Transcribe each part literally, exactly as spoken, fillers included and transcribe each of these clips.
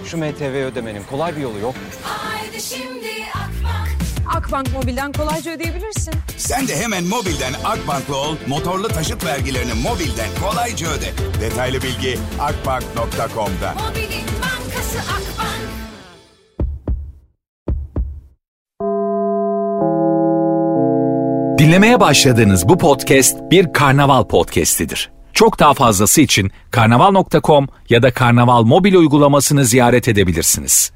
Şu M T V ödemenin kolay bir yolu yok. Haydi şimdi Akbank. Akbank Mobil'den kolayca ödeyebilirsin. Sen de hemen mobilden Akbank'la ol, motorlu taşıt vergilerini mobilden kolayca öde. Detaylı bilgi akbank nokta com'da. Mobilin bankası Akbank. Dinlemeye başladığınız bu podcast bir karnaval podcastidir. Çok daha fazlası için karnaval nokta com ya da karnaval mobil uygulamasını ziyaret edebilirsiniz.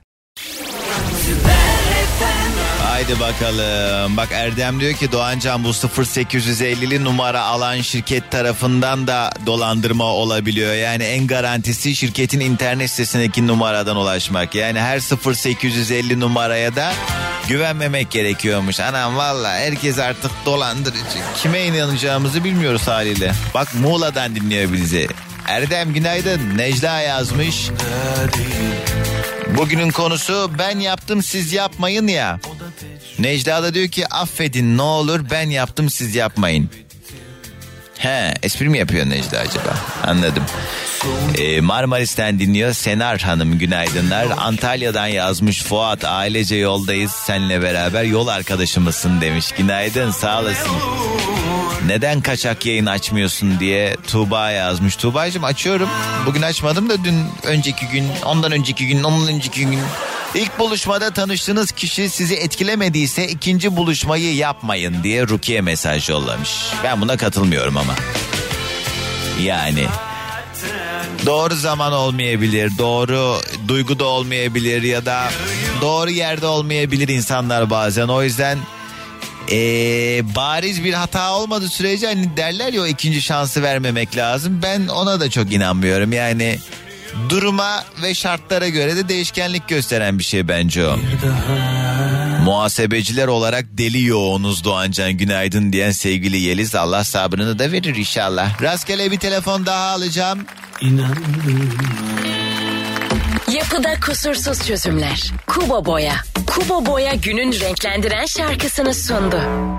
Haydi bakalım. Bak Erdem diyor ki Doğancan bu sıfır sekiz elli numara alan şirket tarafından da dolandırma olabiliyor. Yani en garantisi şirketin internet sitesindeki numaradan ulaşmak. Yani her sıfır sekiz elli numaraya da güvenmemek gerekiyormuş. Anam valla herkes artık dolandırıcı. Kime inanacağımızı bilmiyoruz haliyle. Bak Muğla'dan dinliyor bizi. Erdem günaydın. Necla yazmış. Bugünün konusu ben yaptım siz yapmayın ya. Necla da diyor ki affedin ne olur ben yaptım siz yapmayın. He, espri mi yapıyor Necla acaba? Anladım. Ee, Marmaris'ten dinliyor Senar Hanım günaydınlar. Antalya'dan yazmış Fuat ailece yoldayız seninle beraber yol arkadaşımızsın demiş. Günaydın sağ olasın. Neden kaçak yayın açmıyorsun diye Tuğba yazmış. Tuğba'cığım açıyorum. Bugün açmadım da dün önceki gün, ondan önceki gün, ondan önceki gün. İlk buluşmada tanıştığınız kişi sizi etkilemediyse ikinci buluşmayı yapmayın diye Rukiye mesaj yollamış. Ben buna katılmıyorum ama. Yani doğru zaman olmayabilir, doğru duyguda olmayabilir ya da doğru yerde olmayabilir insanlar bazen. O yüzden Ee, bariz bir hata olmadığı sürece hani derler ya o ikinci şansı vermemek lazım. Ben ona da çok inanmıyorum. Yani duruma ve şartlara göre de değişkenlik gösteren bir şey bence o. Muhasebeciler olarak deli yoğunuz Doğancan günaydın diyen sevgili Yeliz, Allah sabrını da verir inşallah. Rastgele bir telefon daha alacağım. İnandım. Yapıda kusursuz çözümler. Kubo Boya. Kubo Boya günün renklendiren şarkısını sundu.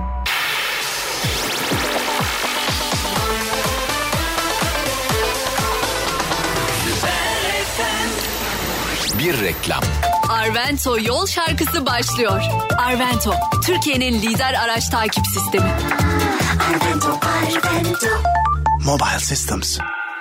Bir reklam. Arvento yol şarkısı başlıyor. Arvento, Türkiye'nin lider araç takip sistemi. Arvento, Arvento. Mobile Systems.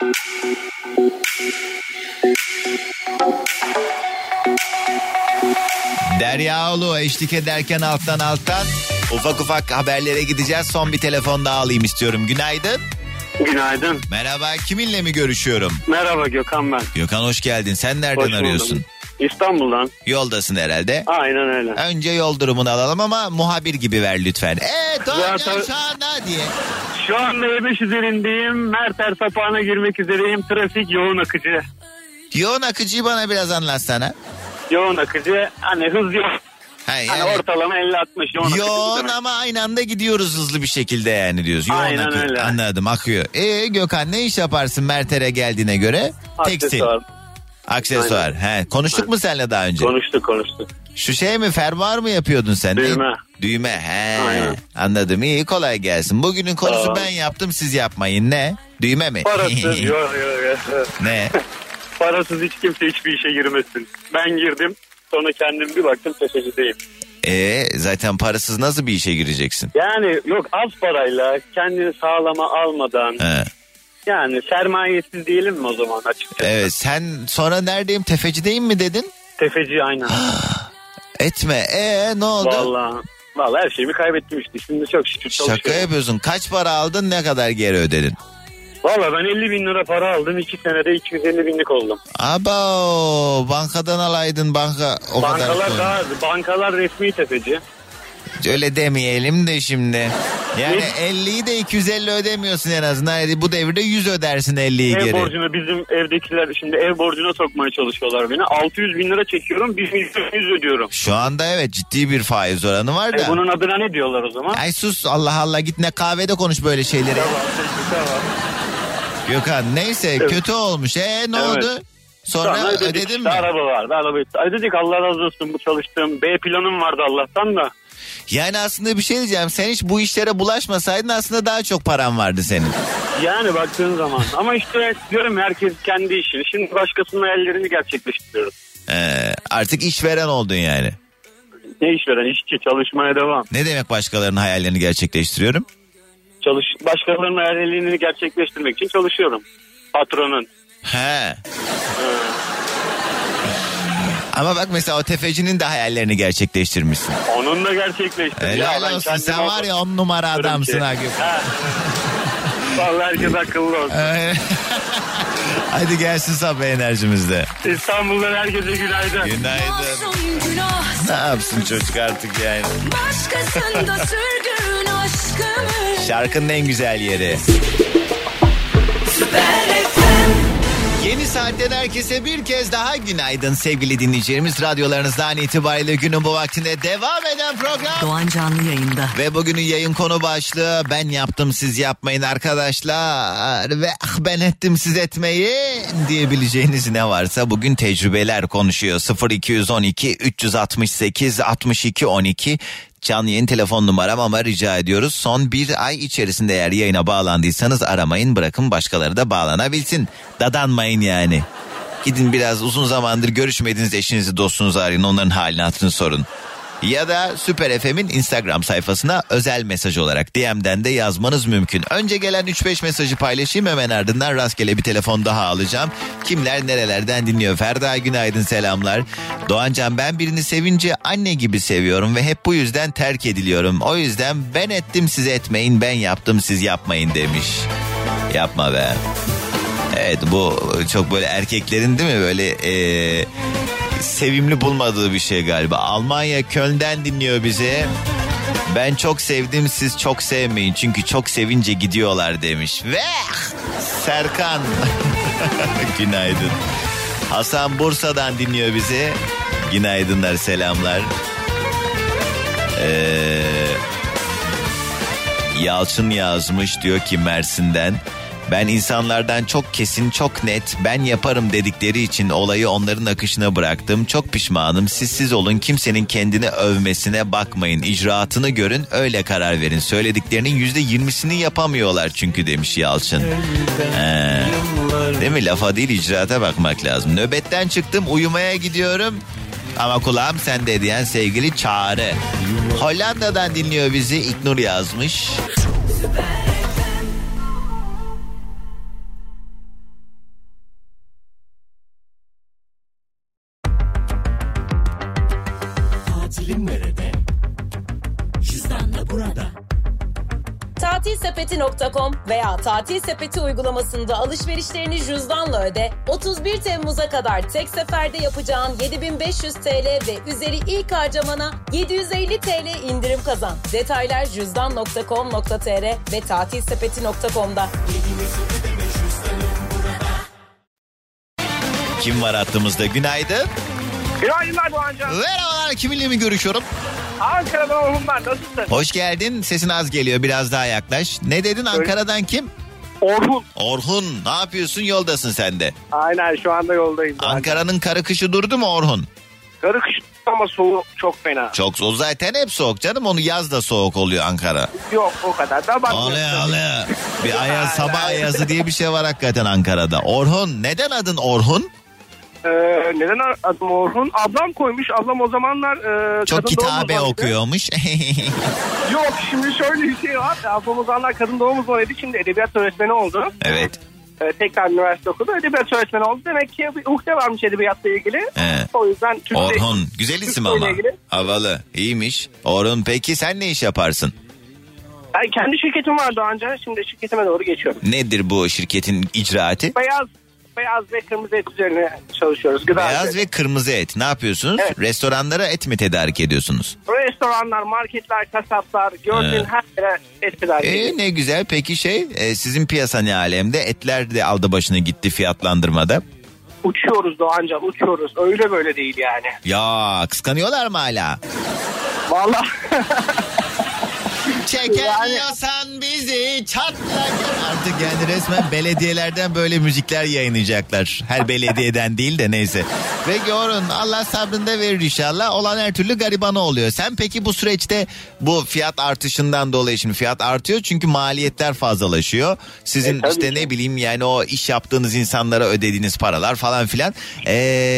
Deryaoğlu eşlik ederken alttan alttan ufak ufak haberlere gideceğiz. Son bir telefon daha alayım istiyorum. Günaydın. Günaydın. Merhaba, kiminle mi görüşüyorum? Merhaba Gökhan ben. Gökhan hoş geldin. Sen nereden Hoş arıyorsun? buldum. İstanbul'dan. Yoldasın herhalde. Aynen öyle. Önce yol durumunu alalım ama muhabir gibi ver lütfen. Evet Doğancan Zaten- şu anda diye. Şu anda E beş üzerindeyim. Merter sapağına girmek üzereyim. Trafik yoğun akıcı. Yoğun akıcıyı bana biraz anlatsana. Yoğun akıcı. Hani hız yok. Ha, Hani yani ortalama elli altmış yoğun, yoğun akıcı. ama aynı anda gidiyoruz hızlı bir şekilde yani diyoruz. Yoğun Aynen akıyor. öyle. Anladım, akıyor. E Gökhan ne iş yaparsın Merter'e geldiğine göre? Tekstil. Aksesuar. Aksesuar. He, konuştuk Aynen. mu seninle daha önce? Konuştuk konuştuk. Şu şey mi, fermuar mı yapıyordun sen? Ne? Düğme. Düğme. He. Aynen. Anladım. İyi, kolay gelsin. Bugünün konusu Tamam. ben yaptım siz yapmayın. Ne? Düğme mi? Parasız yok yok yok. Ne? Parasız hiç kimse hiçbir işe girmesin. Ben girdim. Sonra kendim bir baktım tefecideyim. E zaten parasız nasıl bir işe gireceksin? Yani yok az parayla kendini sağlama almadan. He. Yani sermayesiz diyelim mi o zaman açıkçası? Evet, sen sonra neredeyim, tefecideyim mi dedin? Tefeci aynen. Etme. E ne oldu? Vallahi, vallahi her şeyimi kaybettim işte. Şimdi çok şükür çalışıyorum. Şaka yapıyorsun. Kaç para aldın, ne kadar geri ödedin? Vallahi ben elli bin lira para aldım. iki senede iki yüz elli binlik oldum. Abo, bankadan alaydın, banka o kadar. Bankalar daha, bankalar resmi tefeci. Öyle demeyelim de şimdi. Yani Ne? elliyi de iki yüz elli ödemiyorsun en azından. Yani bu devirde yüz ödersin elliyi Ev geri. borcunu bizim evdekiler şimdi ev borcuna sokmaya çalışıyorlar beni. altı yüz bin lira çekiyorum, bir milyon yüz ödüyorum. Şu anda evet ciddi bir faiz oranı var da. E bunun adına ne diyorlar o zaman? Ay sus, Allah Allah, git ne kahvede konuş böyle şeyleri. Tamam, peki, tamam. Gökhan neyse, Evet. kötü olmuş. E ne Evet. oldu? Sonra, Sonra ödedik ödedin işte, mi? araba vardı, arabayı ödedik, Allah razı olsun. Bu çalıştığım B planım vardı Allah'tan da. Yani aslında bir şey diyeceğim. Sen hiç bu işlere bulaşmasaydın aslında daha çok paran vardı senin. Yani baktığın zaman. Ama işte diyorum herkes kendi işini. Şimdi başkasının hayallerini gerçekleştiriyoruz. Ee, artık işveren oldun yani. Ne işveren? İşçi, çalışmaya devam. Ne demek başkalarının hayallerini gerçekleştiriyorum? Çalış, başkalarının hayallerini gerçekleştirmek için çalışıyorum. Patronun. He. Ama bak mesela o tefecinin de hayallerini gerçekleştirmişsin. Onun da gerçekleştirdim. Helal olsun, sen var ya on numara adamsın ha Gökhan. Vallahi herkes akıllı olsun. Hadi gelsin sabah enerjimizde. İstanbul'dan herkese günaydın. Günaydın. Ne yapsın çocuk artık yani. Başkasında sürgün aşkımı. Şarkının en güzel yeri. Süper F M. Yeni saatten herkese bir kez daha günaydın sevgili dinleyicilerimiz. Radyolarınızdan itibariyle günün bu vaktinde devam eden program Doğan canlı yayında. Ve bugünün yayın konu başlığı ben yaptım siz yapmayın arkadaşlar. Ve ah ben ettim siz etmeyin diyebileceğiniz ne varsa bugün tecrübeler konuşuyor. sıfır iki on iki üç altı sekiz altmış iki on iki canlı yayın telefon numaram ama rica ediyoruz son bir ay içerisinde eğer yayına bağlandıysanız aramayın, bırakın başkaları da bağlanabilsin. Dadanmayın yani. Gidin biraz uzun zamandır görüşmediğiniz eşinizi dostunuzu arayın, onların halini hatırını sorun. Ya da Süper F M'in Instagram sayfasına özel mesaj olarak D M'den de yazmanız mümkün. Önce gelen üç beş mesajı paylaşayım, hemen ardından rastgele bir telefon daha alacağım. Kimler nerelerden dinliyor? Ferda günaydın, selamlar. Doğancan, ben birini sevince anne gibi seviyorum ve hep bu yüzden terk ediliyorum. O yüzden ben ettim siz etmeyin, ben yaptım siz yapmayın demiş. Yapma be. Evet, bu çok böyle erkeklerin değil mi böyle... Ee... sevimli bulmadığı bir şey galiba. Almanya Köln'den dinliyor bizi. Ben çok sevdim siz çok sevmeyin çünkü çok sevince gidiyorlar demiş. Ve Serkan günaydın. Hasan Bursa'dan dinliyor bizi. Günaydınlar, selamlar. Ee, Yalçın yazmış, diyor ki Mersin'den. Ben insanlardan çok kesin, çok net, ben yaparım dedikleri için olayı onların akışına bıraktım. Çok pişmanım. Siz siz olun, kimsenin kendini övmesine bakmayın. İcraatını görün, öyle karar verin. Söylediklerinin yüzde yirmisini yapamıyorlar çünkü demiş Yalçın. Ee, değil mi? Lafa değil, icraata bakmak lazım. Nöbetten çıktım, uyumaya gidiyorum. Ama kulağım sende diyen sevgili Çağrı. Hollanda'dan dinliyor bizi, İknur yazmış. tatil sepeti nokta com veya Tatil Sepeti uygulamasında alışverişlerini cüzdanla öde. otuz bir Temmuz'a kadar tek seferde yapacağın yedi bin beş yüz TL ve üzeri ilk harcamana yedi yüz elli TL indirim kazan. Detaylar cüzdan nokta com nokta tr ve tatil sepeti nokta com'da. Kim var hattımızda? Günaydın. Günaydınlar Doğancan. Merhabalar, kiminle mi görüşüyorum? Ankara'dan Orhun ben, nasılsın? Hoş geldin, sesin az geliyor, biraz daha yaklaş. Ne dedin, Ankara'dan kim? Orhun. Orhun, ne yapıyorsun, yoldasın sen de? Aynen, şu anda yoldayım. Ankara'nın karı kışı durdu mu Orhun? Karı kış ama soğuk çok fena. Çok, o zaten hep soğuk canım, onu yaz da soğuk oluyor Ankara. Yok o kadar da bak. Oluyor oluyor. Bir ayaz, sabah ayazı diye bir şey var hakikaten Ankara'da. Orhun, neden adın Orhun? Ee, neden adım Orhun? Ablam koymuş. Ablam o zamanlar e, çok kitabe okuyormuş. Yok, şimdi şöyle bir şey var. Ablam o zamanlar kadın doğum uzmanıydı. Şimdi edebiyat öğretmeni oldu. Evet. Ee, tekrar üniversite okudu. Edebiyat öğretmeni oldu. Demek ki bir uhde varmış edebiyatla ilgili. He. O yüzden Türkçe, Orhun, güzel isim ama. ilgili. Havalı, iyiymiş. Orhun, peki sen ne iş yaparsın? Ben kendi şirketim vardı önce. Şimdi şirketime doğru geçiyorum. Nedir bu şirketin icraatı? Beyaz Beyaz ve kırmızı et üzerine çalışıyoruz. Gıda Beyaz üzerine. ve kırmızı et. Ne yapıyorsunuz? Evet. Restoranlara et mi tedarik ediyorsunuz? Restoranlar, marketler, kasaplar, gördüğün Evet. her yere et tedarik ediyoruz. E, ne güzel. Peki şey, e, sizin piyasa ne alemde? Etler de aldı başını gitti fiyatlandırmada. Uçuyoruz Doğancan, uçuyoruz. Öyle böyle değil yani. Ya kıskanıyorlar mı hala? Vallahi. Çekemiyorsan bizi çatla. Artık yani resmen belediyelerden böyle müzikler yayınlayacaklar. Her belediyeden değil de neyse. Ve görün, Allah sabrında verir inşallah. Olan her türlü garibanı oluyor. Sen peki bu süreçte bu fiyat artışından dolayı, şimdi fiyat artıyor çünkü maliyetler fazlalaşıyor. Sizin E, işte ki. ne bileyim yani o iş yaptığınız insanlara ödediğiniz paralar falan filan. Eee...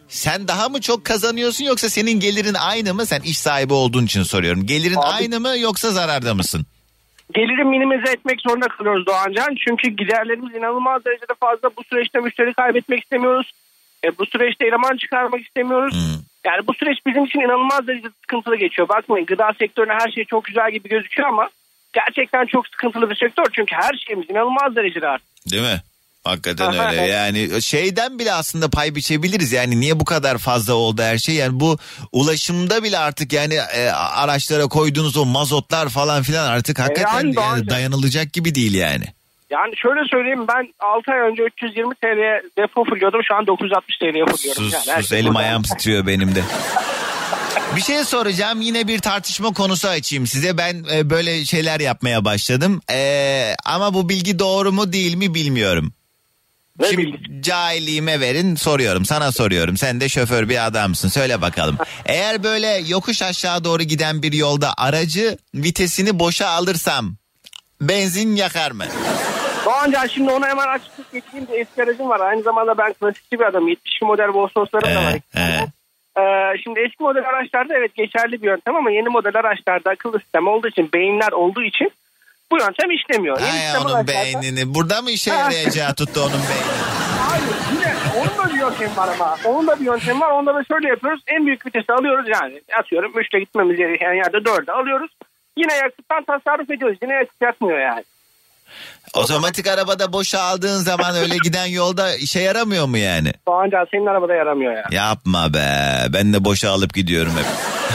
sen daha mı çok kazanıyorsun yoksa senin gelirin aynı mı? Sen iş sahibi olduğun için soruyorum. Gelirin Abi, aynı mı yoksa zararda mısın? Geliri minimize etmek zorunda kalıyoruz Doğancan. Çünkü giderlerimiz inanılmaz derecede fazla. Bu süreçte müşteri kaybetmek istemiyoruz. E, bu süreçte eleman çıkarmak istemiyoruz. Hmm. Yani bu süreç bizim için inanılmaz derecede sıkıntılı geçiyor. Bakmayın, gıda sektörüne her şey çok güzel gibi gözüküyor ama gerçekten çok sıkıntılı bir sektör. Çünkü her şeyimiz inanılmaz derecede arttı. Değil mi? Hakikaten öyle. Yani şeyden bile aslında pay biçebiliriz. Yani niye bu kadar fazla oldu her şey? Yani bu ulaşımda bile artık yani e, araçlara koyduğunuz o mazotlar falan filan artık hakikaten e yani yani dayanılacak gibi değil yani. Yani şöyle söyleyeyim, ben altı ay önce üç yüz yirmi TL'ye depo fırlıyordum, şu an dokuz yüz altmış TL'ye fırlıyorum. Sus yani sus elim ayağım titriyor benim de. Bir şey soracağım, yine bir tartışma konusu açayım size. Ben e, böyle şeyler yapmaya başladım e, ama bu bilgi doğru mu değil mi bilmiyorum. Ne Şimdi bilgi? cahilliğime verin, soruyorum, sana soruyorum. Sen de şoför bir adamsın, söyle bakalım. Eğer böyle yokuş aşağı doğru giden bir yolda aracı vitesini boşa alırsam benzin yakar mı? Doğancan, şimdi ona hemen açıklık getireyim de eski aracım var. Aynı zamanda ben klasikçi bir adamım. yetmiş model Volkswagen'larım ee, da var. Ee. Ee, şimdi eski model araçlarda evet geçerli bir yöntem ama yeni model araçlarda akıllı sistem olduğu için, beyinler olduğu için bu yöntem işlemiyor. Yeni Ay onun araçlarda... beynini. Burada mı işe yarayacağı tuttu onun beyni? Hayır, yine onun da bir yöntemi var ama. Onun da bir yöntemi var. Onda da şöyle yapıyoruz. En büyük vitesi alıyoruz yani. Atıyorum üçte gitmemiz gereken yerde dörde alıyoruz. Yine yakıttan tasarruf ediyoruz. Yine yakıt yakmıyor yani. Otomatik arabada boşa aldığın zaman öyle giden yolda işe yaramıyor mu yani? Doğancan, senin arabada yaramıyor ya. Yapma be. Ben de boşa alıp gidiyorum hep.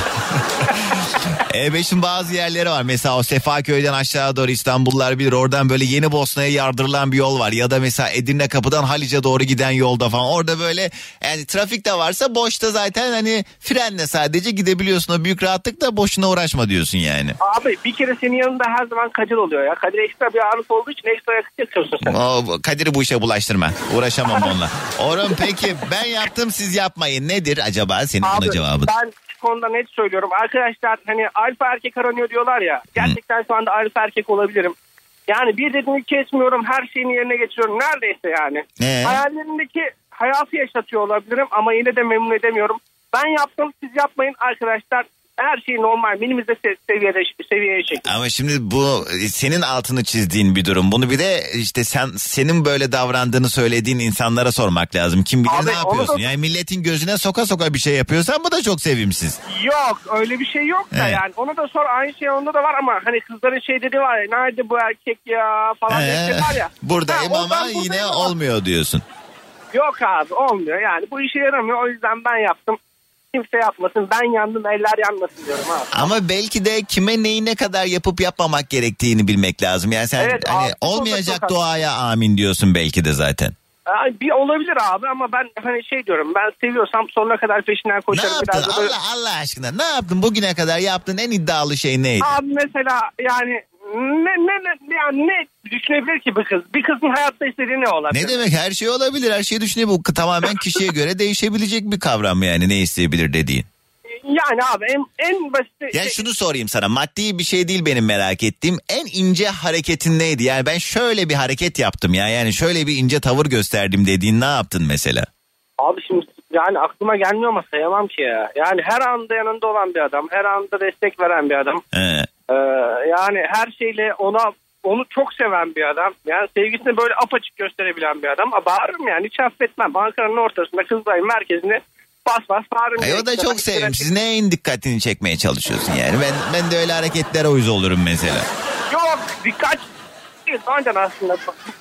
E beşin bazı yerleri var. Mesela o Sefaköy'den aşağı doğru İstanbullular bilir. Oradan böyle Yeni Bosna'ya yardırılan bir yol var. Ya da mesela Edirne Kapı'dan Haliç'e doğru giden yolda falan. Orada böyle yani trafik de varsa boşta zaten hani frenle sadece gidebiliyorsun. O büyük rahatlıkla boşuna uğraşma diyorsun yani. Abi bir kere senin yanında her zaman Kadir oluyor ya. Kadir ekstra bir ağırlık olduğu için ekstra yakıt yakıyorsun sen. O, Kadir'i bu işe bulaştırma. Uğraşamam onunla. Orhun peki ben yaptım siz yapmayın. Nedir acaba senin Abi, buna cevabın? Ben konuda net söylüyorum. Arkadaşlar hani alfa erkek aranıyor diyorlar ya. Gerçekten hmm. şu anda alfa erkek olabilirim. Yani bir dediğimi kesmiyorum. Her şeyini yerine getiriyorum. Neredeyse yani. Ee? Hayallerimdeki hayatı yaşatıyor olabilirim ama yine de memnun edemiyorum. Ben yaptım, siz yapmayın arkadaşlar. Her şeyi normal, minimize seviyede, seviyeye çekin. Ama şimdi bu senin altını çizdiğin bir durum. Bunu bir de işte sen senin böyle davrandığını söylediğin insanlara sormak lazım. Kim bilir abi, ne yapıyorsun? Da... Yani milletin gözüne soka soka bir şey yapıyorsan bu da çok sevimsiz. Yok, öyle bir şey yok da evet. Yani. Onu da sor, aynı şey onda da var ama hani kızların şey dediği var ya, nerede bu erkek ya falan ee, var ya. Buradayım ha, ama yine buradayım olmuyor ama. Diyorsun. Yok abi, olmuyor yani, bu işe yaramıyor, o yüzden ben yaptım. Kimse yapmasın, ben yandım eller yanmasın diyorum abi. Ama belki de kime neyi ne kadar yapıp yapmamak gerektiğini bilmek lazım. Yani sen evet, hani abi, olmayacak doğaya amin diyorsun belki de zaten. Yani bir olabilir abi ama ben hani şey diyorum, ben seviyorsam sonuna kadar peşinden koşarım. Ne yaptın biraz Allah, böyle... Allah aşkına ne yaptın bugüne kadar yaptığın en iddialı şey neydi? Abi mesela yani ne ne ne yani ne düşünebilir ki bir kız? Bir kızın hayatta istediği ne olabilir? Ne demek, her şey olabilir, her şey düşünebilir. Bu tamamen kişiye göre değişebilecek bir kavram yani, ne isteyebilir dediğin. Yani abi en, en basit... Yani şey... şunu sorayım sana, maddi bir şey değil benim merak ettiğim, en ince hareketin neydi? Yani ben şöyle bir hareket yaptım ya, yani şöyle bir ince tavır gösterdim dediğin ne yaptın mesela? Abi şimdi yani aklıma gelmiyor ama sayamam ki ya. Yani her anda yanında olan bir adam, her anda destek veren bir adam. He. Ee, yani her şeyle ona onu çok seven bir adam. Yani sevgisini böyle apaçık gösterebilen bir adam. Bağırırım yani, hiç affetmem. Ankara'nın ortasında Kızılay'ın merkezine bas bas bağırırım. Ay, o da çok sevim. Siz neyin dikkatini çekmeye çalışıyorsun yani? Ben ben de öyle hareketlere uyuz olurum mesela. Yok, dikkat değil aslında.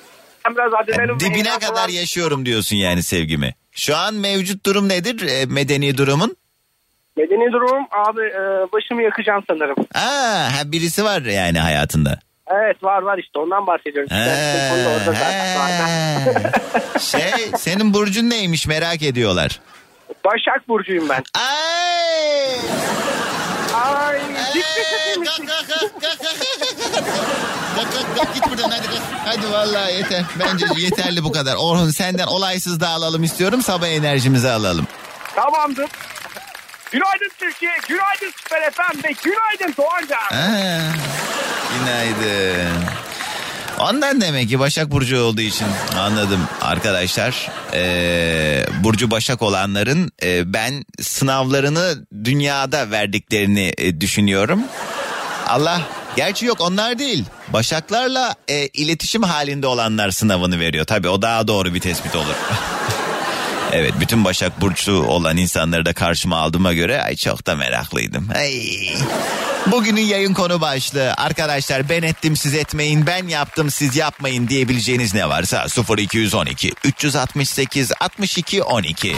Biraz yani dibine kadar falan yaşıyorum diyorsun yani sevgimi. Şu an mevcut durum nedir? E, medeni durumun? Medeni durumum abi e, başımı yakacağım sanırım. Aa, ha, birisi var yani hayatında. Evet var var işte, ondan bahsediyorum. Ee, şey senin burcun neymiş merak ediyorlar. Başak burcuyum ben. Ay. Ay. Git buradan hadi. Hadi vallahi yeter. Bence yeterli bu kadar. Orhun senden olaysız dağılalım istiyorum. Sabah enerjimizi alalım. Tamamdır. Günaydın Türkiye, günaydın Süper F M ve günaydın Doğancan. Aa, günaydın. Ondan demek ki Başak Burcu olduğu için anladım arkadaşlar. Ee, Burcu Başak olanların e, ben sınavlarını dünyada verdiklerini e, düşünüyorum. Allah, gerçi yok onlar değil. Başaklarla e, iletişim halinde olanlar sınavını veriyor. Tabii o daha doğru bir tespit olur. Evet, bütün Başak Burcu olan insanları da karşıma aldığıma göre ay çok da meraklıydım. Ay. Bugünün yayın konu başlığı arkadaşlar, ben ettim siz etmeyin, ben yaptım siz yapmayın diyebileceğiniz ne varsa sıfır iki on iki üç altı sekiz altmış iki on iki.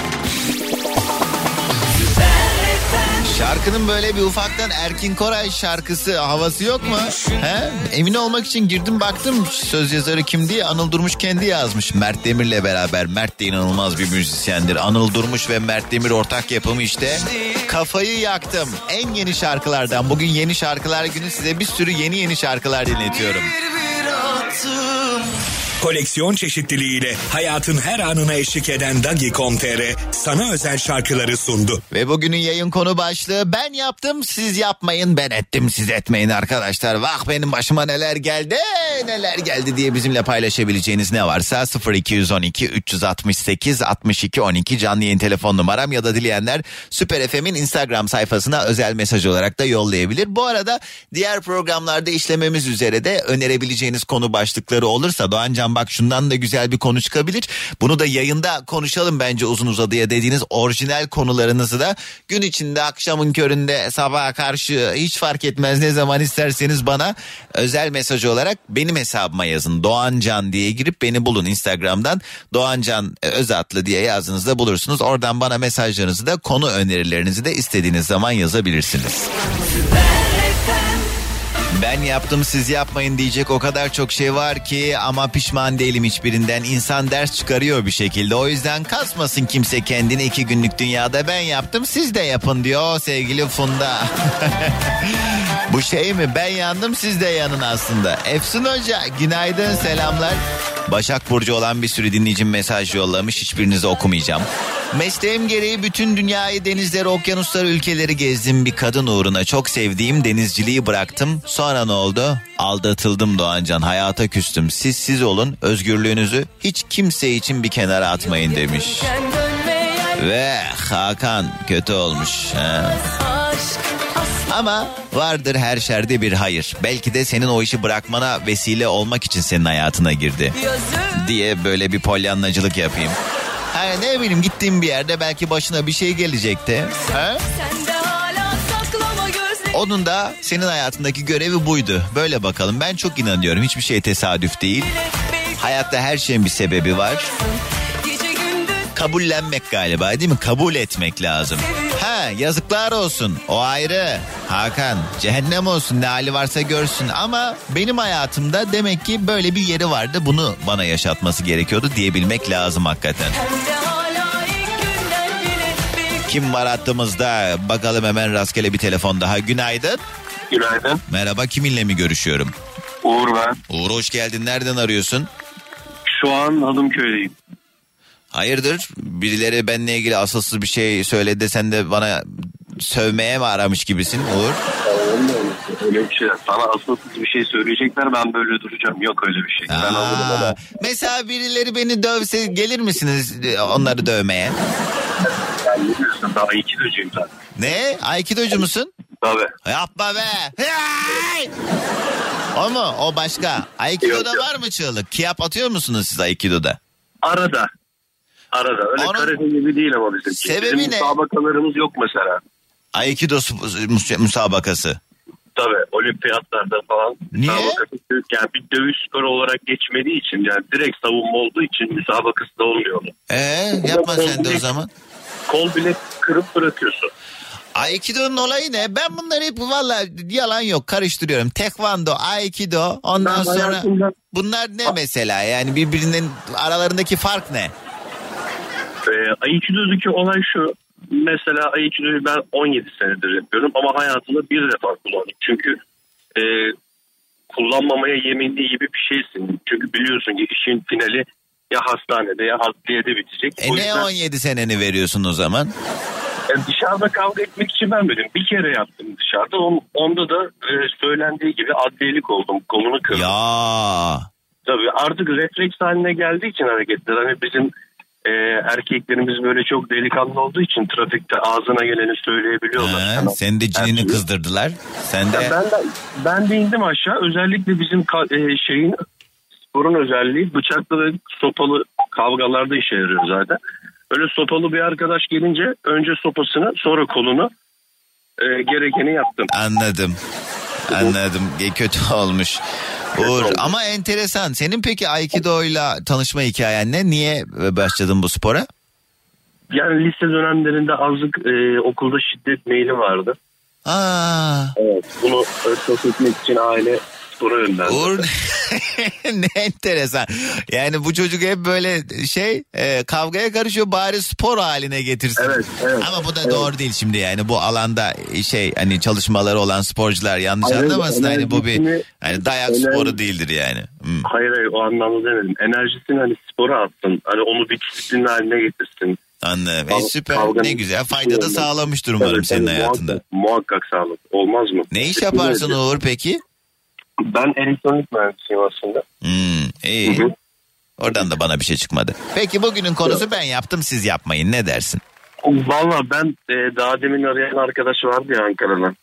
Şarkının böyle bir ufaktan Erkin Koray şarkısı havası yok mu? He? Emin olmak için girdim baktım söz yazarı kim diye, Anıl Durmuş kendi yazmış. Mert Demir'le beraber. Mert de inanılmaz bir müzisyendir. Anıl Durmuş ve Mert Demir ortak yapımı işte. Kafayı yaktım. En yeni şarkılardan. Bugün yeni şarkılar günü, size bir sürü yeni yeni şarkılar dinletiyorum. Koleksiyon çeşitliliğiyle hayatın her anına eşlik eden Dagi nokta com nokta tr sana özel şarkıları sundu. Ve bugünün yayın konu başlığı ben yaptım siz yapmayın, ben ettim siz etmeyin arkadaşlar. Vah benim başıma neler geldi neler geldi diye bizimle paylaşabileceğiniz ne varsa sıfır iki on iki üç altı sekiz altmış iki on iki canlı yayın telefon numaram, ya da dileyenler Süper F M'in Instagram sayfasına özel mesaj olarak da yollayabilir. Bu arada diğer programlarda işlememiz üzere de önerebileceğiniz konu başlıkları olursa, Doğancan bak şundan da güzel bir konu çıkabilir, bunu da yayında konuşalım bence uzun uzadıya dediğiniz orijinal konularınızı da gün içinde, akşamın köründe, sabaha karşı hiç fark etmez, ne zaman isterseniz bana özel mesaj olarak benim hesabıma yazın. Doğancan diye girip beni bulun Instagram'dan. Doğancan Özatlı diye yazdığınızda bulursunuz. Oradan bana mesajlarınızı da, konu önerilerinizi de istediğiniz zaman yazabilirsiniz. Ben yaptım siz yapmayın diyecek o kadar çok şey var ki, ama pişman değilim hiçbirinden. İnsan ders çıkarıyor bir şekilde. O yüzden kasmasın kimse kendini, iki günlük dünyada ben yaptım siz de yapın diyor sevgili Funda. Bu şey mi, ben yandım siz de yanın aslında. Efsun Hoca günaydın, selamlar. Başak Burcu olan bir sürü dinleyicim mesaj yollamış, hiçbirinizi okumayacağım. Mesleğim gereği bütün dünyayı, denizleri, okyanusları, ülkeleri gezdim. Bir kadın uğruna çok sevdiğim denizciliği bıraktım. Sonra ne oldu? Aldatıldım Doğancan, hayata küstüm. Siz siz olun, özgürlüğünüzü hiç kimse için bir kenara atmayın demiş. Ve Hakan kötü olmuş. Ha. Ama vardır her şerde bir hayır. Belki de senin o işi bırakmana vesile olmak için senin hayatına girdi diye böyle bir polyanlacılık yapayım. Hani ne bileyim, gittiğim bir yerde belki başına bir şey gelecekti. Ha? Onun da senin hayatındaki görevi buydu. Böyle bakalım, ben çok inanıyorum. Hiçbir şey tesadüf değil. Hayatta her şeyin bir sebebi var. Kabullenmek galiba, değil mi? Kabul etmek lazım. Ha, yazıklar olsun, o ayrı. Hakan cehennem olsun, ne hali varsa görsün. Ama benim hayatımda demek ki böyle bir yeri vardı, bunu bana yaşatması gerekiyordu diyebilmek lazım hakikaten. Kim var hattımızda? Bakalım hemen rastgele bir telefon daha. Günaydın. Günaydın. Merhaba, kiminle mi görüşüyorum? Uğur ben. Uğur hoş geldin, nereden arıyorsun? Şu an Hadımköy'deyim. Hayırdır, birileri benimle ilgili asılsız bir şey söyledi de sen de bana sövmeye mi aramış gibisin Uğur? Öyle bir şey. Sana asılsız bir şey söyleyecekler, ben böyle duracağım. Yok öyle bir şey. Aa, ben alırım. mesela birileri beni dövse gelir misiniz onları dövmeye? Sen ne diyorsun? Daha Aikido'cuyum zaten. Ne? Aikido'cu musun? Tabii. Yapma be. Hey! O mu? O başka. Aikido'da yok, yok. var mı çığlık? Kiyap atıyor musunuz siz Aikido'da? Arada. Arada. Öyle Onun karate gibi değil ama bizim. sebebi bizim ne? Müsabakalarımız yok mesela. Aikido mus- müsabakası. Tabii. Olimpiyatlarda falan. Niye? Müsabakası, yani bir dövüş sporu olarak geçmediği için, yani direkt savunma olduğu için müsabakası da olmuyor. Eee yapma sen de o zaman. Kol bile kırıp bırakıyorsun. Aikido'nun olayı ne? Ben bunları hep valla yalan yok karıştırıyorum. Tekvando, Aikido, ondan Ben sonra hayatımda... bunlar ne mesela? Yani birbirinin aralarındaki fark ne? Ee, Aikido'daki olay şu. Mesela Aikido'yu ben on yedi senedir yapıyorum ama hayatımda bir defa kullandım. Çünkü e, kullanmamaya yeminli gibi bir şeysin. Çünkü biliyorsun ki işin finali ya hastanede ya adliyede bitecek. E o ne yüzden... on yedi seneni veriyorsun o zaman? Yani dışarıda kavga etmek için vermedim. Bir kere yaptım dışarıda. On, onda da e, söylendiği gibi adliyelik oldum. Kolunu kırdım. Ya. Tabii artık refleks haline geldiği için hareketler. Hani bizim e, erkeklerimiz böyle çok delikanlı olduğu için trafikte ağzına geleni söyleyebiliyorlar. Ha, yani, senin de cinini yani, kızdırdılar. Sen de... Ben de ben de indim aşağı. Özellikle bizim ka- e, şeyin sporun özelliği bıçaklı ve sopalı kavgalarda işe yarıyor zaten. Öyle sopalı bir arkadaş gelince önce sopasını sonra kolunu e, gerekeni yaptım. Anladım. Anladım. Kötü olmuş. Uğur ama enteresan. Senin peki Aikido'yla tanışma hikayen ne? Niye başladın bu spora? Yani lise dönemlerinde azıcık e, okulda şiddet meyli vardı. Aa. Evet. Bunu örtbas etmek için aile spora yönlendi. Uğur ne enteresan. Yani bu çocuk hep böyle şey e, kavgaya karışıyor, bari spor haline getirsin. Evet, evet. Ama bu da evet. doğru değil şimdi yani bu alanda şey hani çalışmaları olan sporcular yanlış hayır, anlamasın. Hani bu bir hani dayak enerji, sporu değildir yani. Hmm. Hayır hayır o anlamda demedim. Enerjisini hani spora atsın. Hani onu bir disiplin haline getirsin. Anladım. E, süper. Ne güzel. Fayda da sağlamıştır umarım evet, senin evet, hayatında. Muhakkak, muhakkak sağlık. Olmaz mı? Ne iş yaparsın Uğur peki? Ben elektronik mühendisiyim aslında. Hmm, iyi. Hı hı. Oradan da bana bir şey çıkmadı. Peki bugünün konusu evet. Ben yaptım siz yapmayın. Ne dersin? Valla ben e, daha demin arayan arkadaş vardı ya Ankara'dan.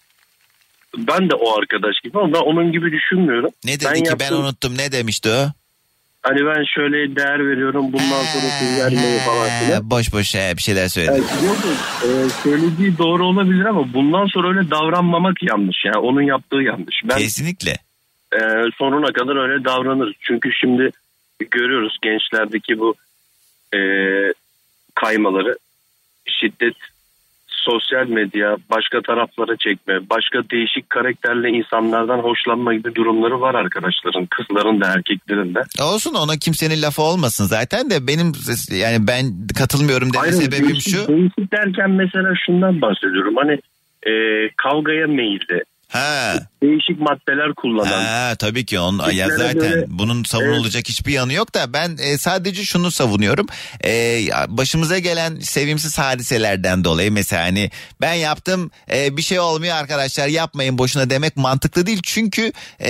Ben de o arkadaş gibi ama ben onun gibi düşünmüyorum. Ne dedi ben ki yaptım, ben unuttum. Ne demişti o? Hani ben şöyle değer veriyorum bundan sonra siz vermeyi falan filan. Boş boş he, bir şeyler söyledi. Evet, yok, e, söylediği doğru olabilir ama bundan sonra öyle davranmamak yanlış. Yani onun yaptığı yanlış. Ben, Kesinlikle. E, sonuna kadar öyle davranırız. Çünkü şimdi görüyoruz gençlerdeki bu e, kaymaları, şiddet, sosyal medya, başka taraflara çekme, başka değişik karakterli insanlardan hoşlanma gibi durumları var arkadaşların, kızların da erkeklerin de. Olsun ona kimsenin lafı olmasın zaten de benim yani ben katılmıyorum deme sebebim değişik, şu. Değişik derken mesela şundan bahsediyorum hani e, kavgaya meyilli. Ha. Değişik maddeler kullanan. Ha, tabii ki on ya zaten böyle, bunun savunulacak evet. hiçbir yanı yok da ben e, sadece şunu savunuyorum. E, başımıza gelen sevimsiz hadiselerden dolayı mesela hani ben yaptım e, bir şey olmuyor arkadaşlar yapmayın boşuna demek mantıklı değil. Çünkü e,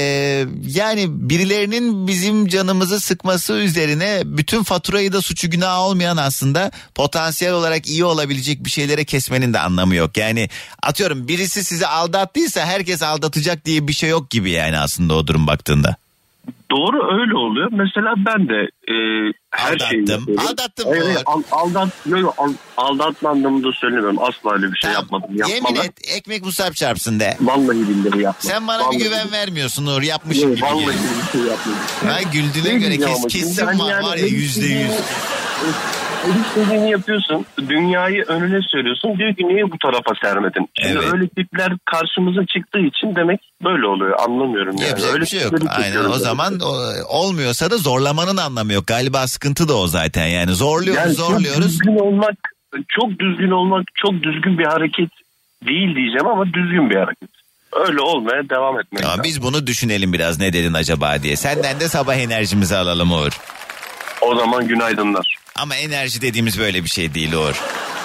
yani birilerinin bizim canımızı sıkması üzerine bütün faturayı da suçu günah olmayan aslında potansiyel olarak iyi olabilecek bir şeylere kesmenin de anlamı yok. Yani atıyorum birisi sizi aldattıysa herkes aldatacak diye bir şey yok gibi yani aslında o durum baktığında. Doğru öyle oluyor. Mesela ben de e, her aldattım. şeyi Aldattım. Evet, al, aldat, yok, al, aldatma anlamında söylemiyorum. Asla öyle bir şey tamam. yapmadım. Yapmalar. Yemin et ekmek musab çarpsın de. Vallahi billahi yapmadım. Sen bana vallahi bir güven vermiyorsun Uğur yapmışım yok, gibi. Vallahi bir şey yapmadım. Ha, güldüğüne göre kes, kesin var, yani var ya yüzde yüz. İstediğini yapıyorsun. Dünyayı önüne söylüyorsun. Diyor ki niye bu tarafa sermedin? Şimdi evet. öyle tipler karşımıza çıktığı için demek böyle oluyor. Anlamıyorum yani. Yapacak öyle bir şey yok. Aynen o zaman o, olmuyorsa da zorlamanın anlamı yok. Galiba sıkıntı da o zaten yani. Zorluyoruz yani zorluyoruz. Çok düzgün olmak, çok düzgün olmak çok düzgün bir hareket değil diyeceğim ama düzgün bir hareket. Öyle olmaya devam etmek tamam, lazım. Biz bunu düşünelim biraz ne dedin acaba diye. Senden de sabah enerjimizi alalım Uğur. O zaman günaydınlar. Ama enerji dediğimiz böyle bir şey değil Uğur.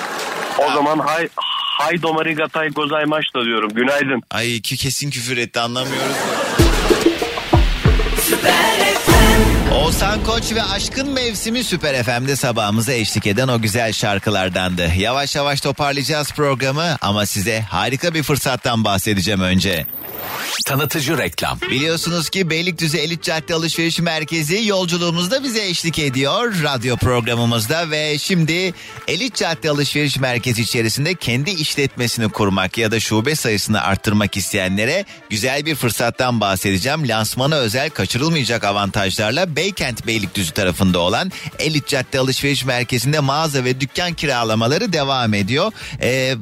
O ya. zaman hay hay domarigatay gozaimasu diyorum. Günaydın. Ay ki kesin küfür etti anlamıyoruz. Oğuzhan Koç ve Aşkın Mevsimi Süper F M'de sabahımıza eşlik eden o güzel şarkılardandı. Yavaş yavaş toparlayacağız programı ama size harika bir fırsattan bahsedeceğim önce. Tanıtıcı reklam. Biliyorsunuz ki Beylikdüzü Elit Cadde Alışveriş Merkezi yolculuğumuzda bize eşlik ediyor radyo programımızda ve şimdi Elit Cadde Alışveriş Merkezi içerisinde kendi işletmesini kurmak ya da şube sayısını arttırmak isteyenlere güzel bir fırsattan bahsedeceğim. Lansmana özel kaçırılmayacak avantajlarla Beykent Beylikdüzü tarafında olan Elit Cadde Alışveriş Merkezi'nde mağaza ve dükkan kiralamaları devam ediyor. Ee,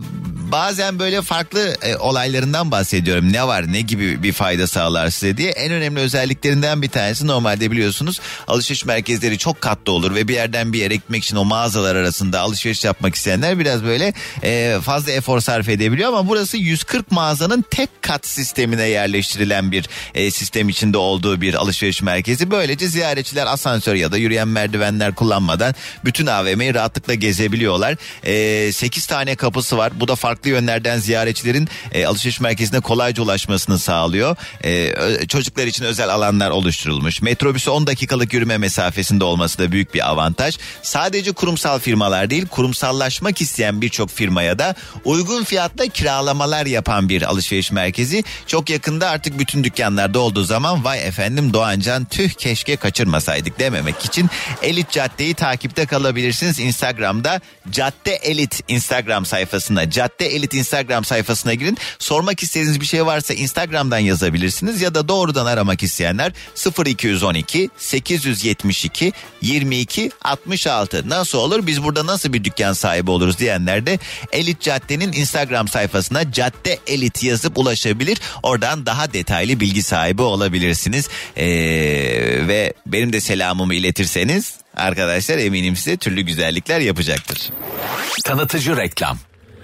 bazen böyle farklı e, olaylarından bahsediyorum. Ne var, ne gibi bir fayda sağlar size diye. En önemli özelliklerinden bir tanesi, normalde biliyorsunuz alışveriş merkezleri çok katlı olur ve bir yerden bir yere gitmek için o mağazalar arasında alışveriş yapmak isteyenler biraz böyle e, fazla efor sarf edebiliyor, ama burası yüz kırk mağazanın tek kat sistemine yerleştirilen bir e, sistem içinde olduğu bir alışveriş merkezi. Böylece ziyaretçiler asansör ya da yürüyen merdivenler kullanmadan bütün A V M'yi rahatlıkla gezebiliyorlar. E, sekiz tane kapısı var. Bu da farklı yönlerden ziyaretçilerin e, alışveriş merkezine kolayca ulaşmasını sağlıyor. E, çocuklar için özel alanlar oluşturulmuş. Metrobüsü on dakikalık yürüme mesafesinde olması da büyük bir avantaj. Sadece kurumsal firmalar değil, kurumsallaşmak isteyen birçok firmaya da uygun fiyatla kiralamalar yapan bir alışveriş merkezi. Çok yakında artık bütün dükkanlarda olduğu zaman vay efendim Doğancan tüh keşke kaçırmasaydık dememek için Elit Cadde'yi takipte kalabilirsiniz. Instagram'da Cadde Elit Instagram sayfasına, Cadde Elit Instagram sayfasına girin. Sormak istediğiniz bir şey varsa Instagram'dan yazabilirsiniz ya da doğrudan aramak isteyenler sıfır iki on iki sekiz yetmiş iki yirmi iki altmış altı. Nasıl olur, biz burada nasıl bir dükkan sahibi oluruz diyenler de Elit Cadde'nin Instagram sayfasına Cadde Elit yazıp ulaşabilir. Oradan daha detaylı bilgi sahibi olabilirsiniz. Ee, ve benim de selamımı iletirseniz arkadaşlar eminim size türlü güzellikler yapacaktır. Tanıtıcı reklam.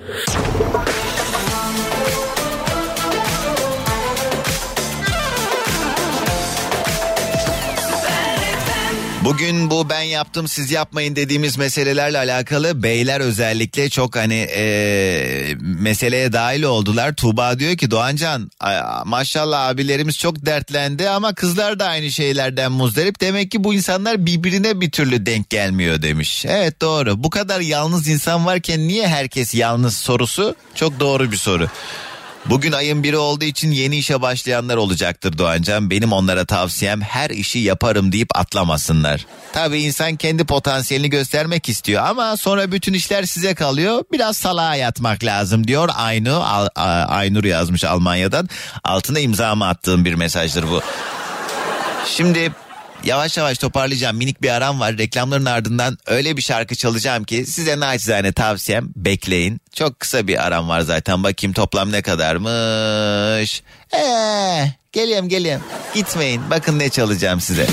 Bugün bu ben yaptım siz yapmayın dediğimiz meselelerle alakalı beyler özellikle çok hani e, meseleye dahil oldular. Tuğba diyor ki Doğancan maşallah abilerimiz çok dertlendi ama kızlar da aynı şeylerden muzdarip. Demek ki bu insanlar birbirine bir türlü denk gelmiyor demiş. Evet doğru, bu kadar yalnız insan varken niye herkes yalnız sorusu çok doğru bir soru. Bugün ayın biri olduğu için yeni işe başlayanlar olacaktır Doğancan. Benim onlara tavsiyem her işi yaparım deyip atlamasınlar. Tabii insan kendi potansiyelini göstermek istiyor ama sonra bütün işler size kalıyor. Biraz salağa yatmak lazım diyor Aynur, Aynur yazmış Almanya'dan. Altına imzamı attığım bir mesajdır bu. Şimdi yavaş yavaş toparlayacağım. Minik bir aram var. Reklamların ardından öyle bir şarkı çalacağım ki size naçizane tavsiyem bekleyin. Çok kısa bir aram var zaten. Bakayım toplam ne kadarmış. Eee geliyorum geliyorum. Gitmeyin. Bakın ne çalacağım size.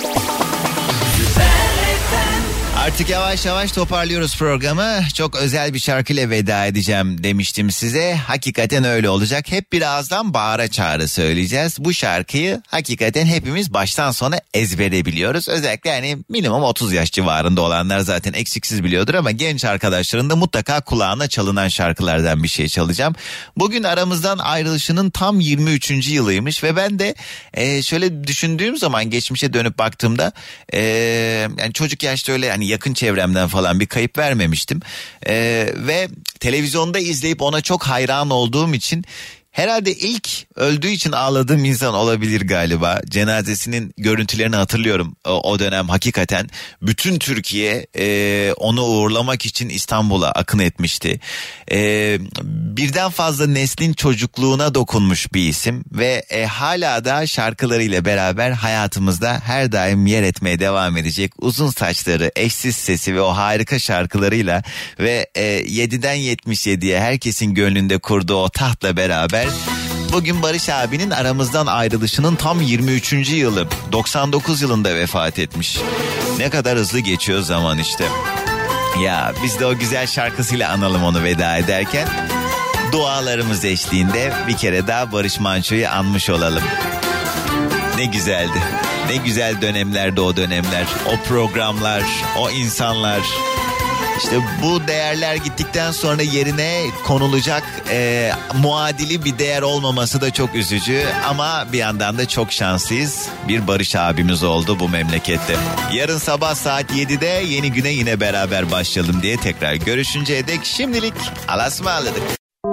Artık yavaş yavaş toparlıyoruz programı. Çok özel bir şarkıyla veda edeceğim demiştim size. Hakikaten öyle olacak. Hep bir ağızdan bağıra çağrı söyleyeceğiz. Bu şarkıyı hakikaten hepimiz baştan sona ezbere biliyoruz. Özellikle yani minimum otuz yaş civarında olanlar zaten eksiksiz biliyordur ama genç arkadaşların da mutlaka kulağına çalınan şarkılardan bir şey çalacağım. Bugün aramızdan ayrılışının tam yirmi üçüncü yılıymış ve ben de e, şöyle düşündüğüm zaman geçmişe dönüp baktığımda e, yani çocuk yaşta öyle yani yakın çevremden falan bir kayıp vermemiştim. Ee, ve televizyonda izleyip ona çok hayran olduğum için herhalde ilk öldüğü için ağladığım insan olabilir galiba. Cenazesinin görüntülerini hatırlıyorum o, o dönem hakikaten. Bütün Türkiye e, onu uğurlamak için İstanbul'a akın etmişti. E, birden fazla neslin çocukluğuna dokunmuş bir isim ve e, hala da şarkılarıyla beraber hayatımızda her daim yer etmeye devam edecek. Uzun saçları, eşsiz sesi ve o harika şarkılarıyla ve e, yediden yetmiş yediye herkesin gönlünde kurduğu o tahtla beraber bugün Barış abinin aramızdan ayrılışının tam yirmi üçüncü yılı. doksan dokuz yılında vefat etmiş. Ne kadar hızlı geçiyor zaman işte. Ya biz de o güzel şarkısıyla analım onu veda ederken. Dualarımız eşliğinde bir kere daha Barış Manço'yu anmış olalım. Ne güzeldi. Ne güzel dönemlerdi o dönemler. O programlar, o insanlar. İşte bu değerler gittikten sonra yerine konulacak e, muadili bir değer olmaması da çok üzücü. Ama bir yandan da çok şanslıyız. Bir Barış abimiz oldu bu memlekette. Yarın sabah saat yedide yeni güne yine beraber başlayalım diye tekrar görüşünceye dek şimdilik alasmaladık.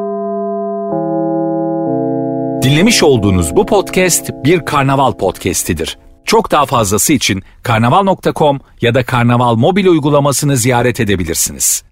Dinlemiş olduğunuz bu podcast bir Karnaval podcastidir. Çok daha fazlası için karnaval nokta com ya da Karnaval mobil uygulamasını ziyaret edebilirsiniz.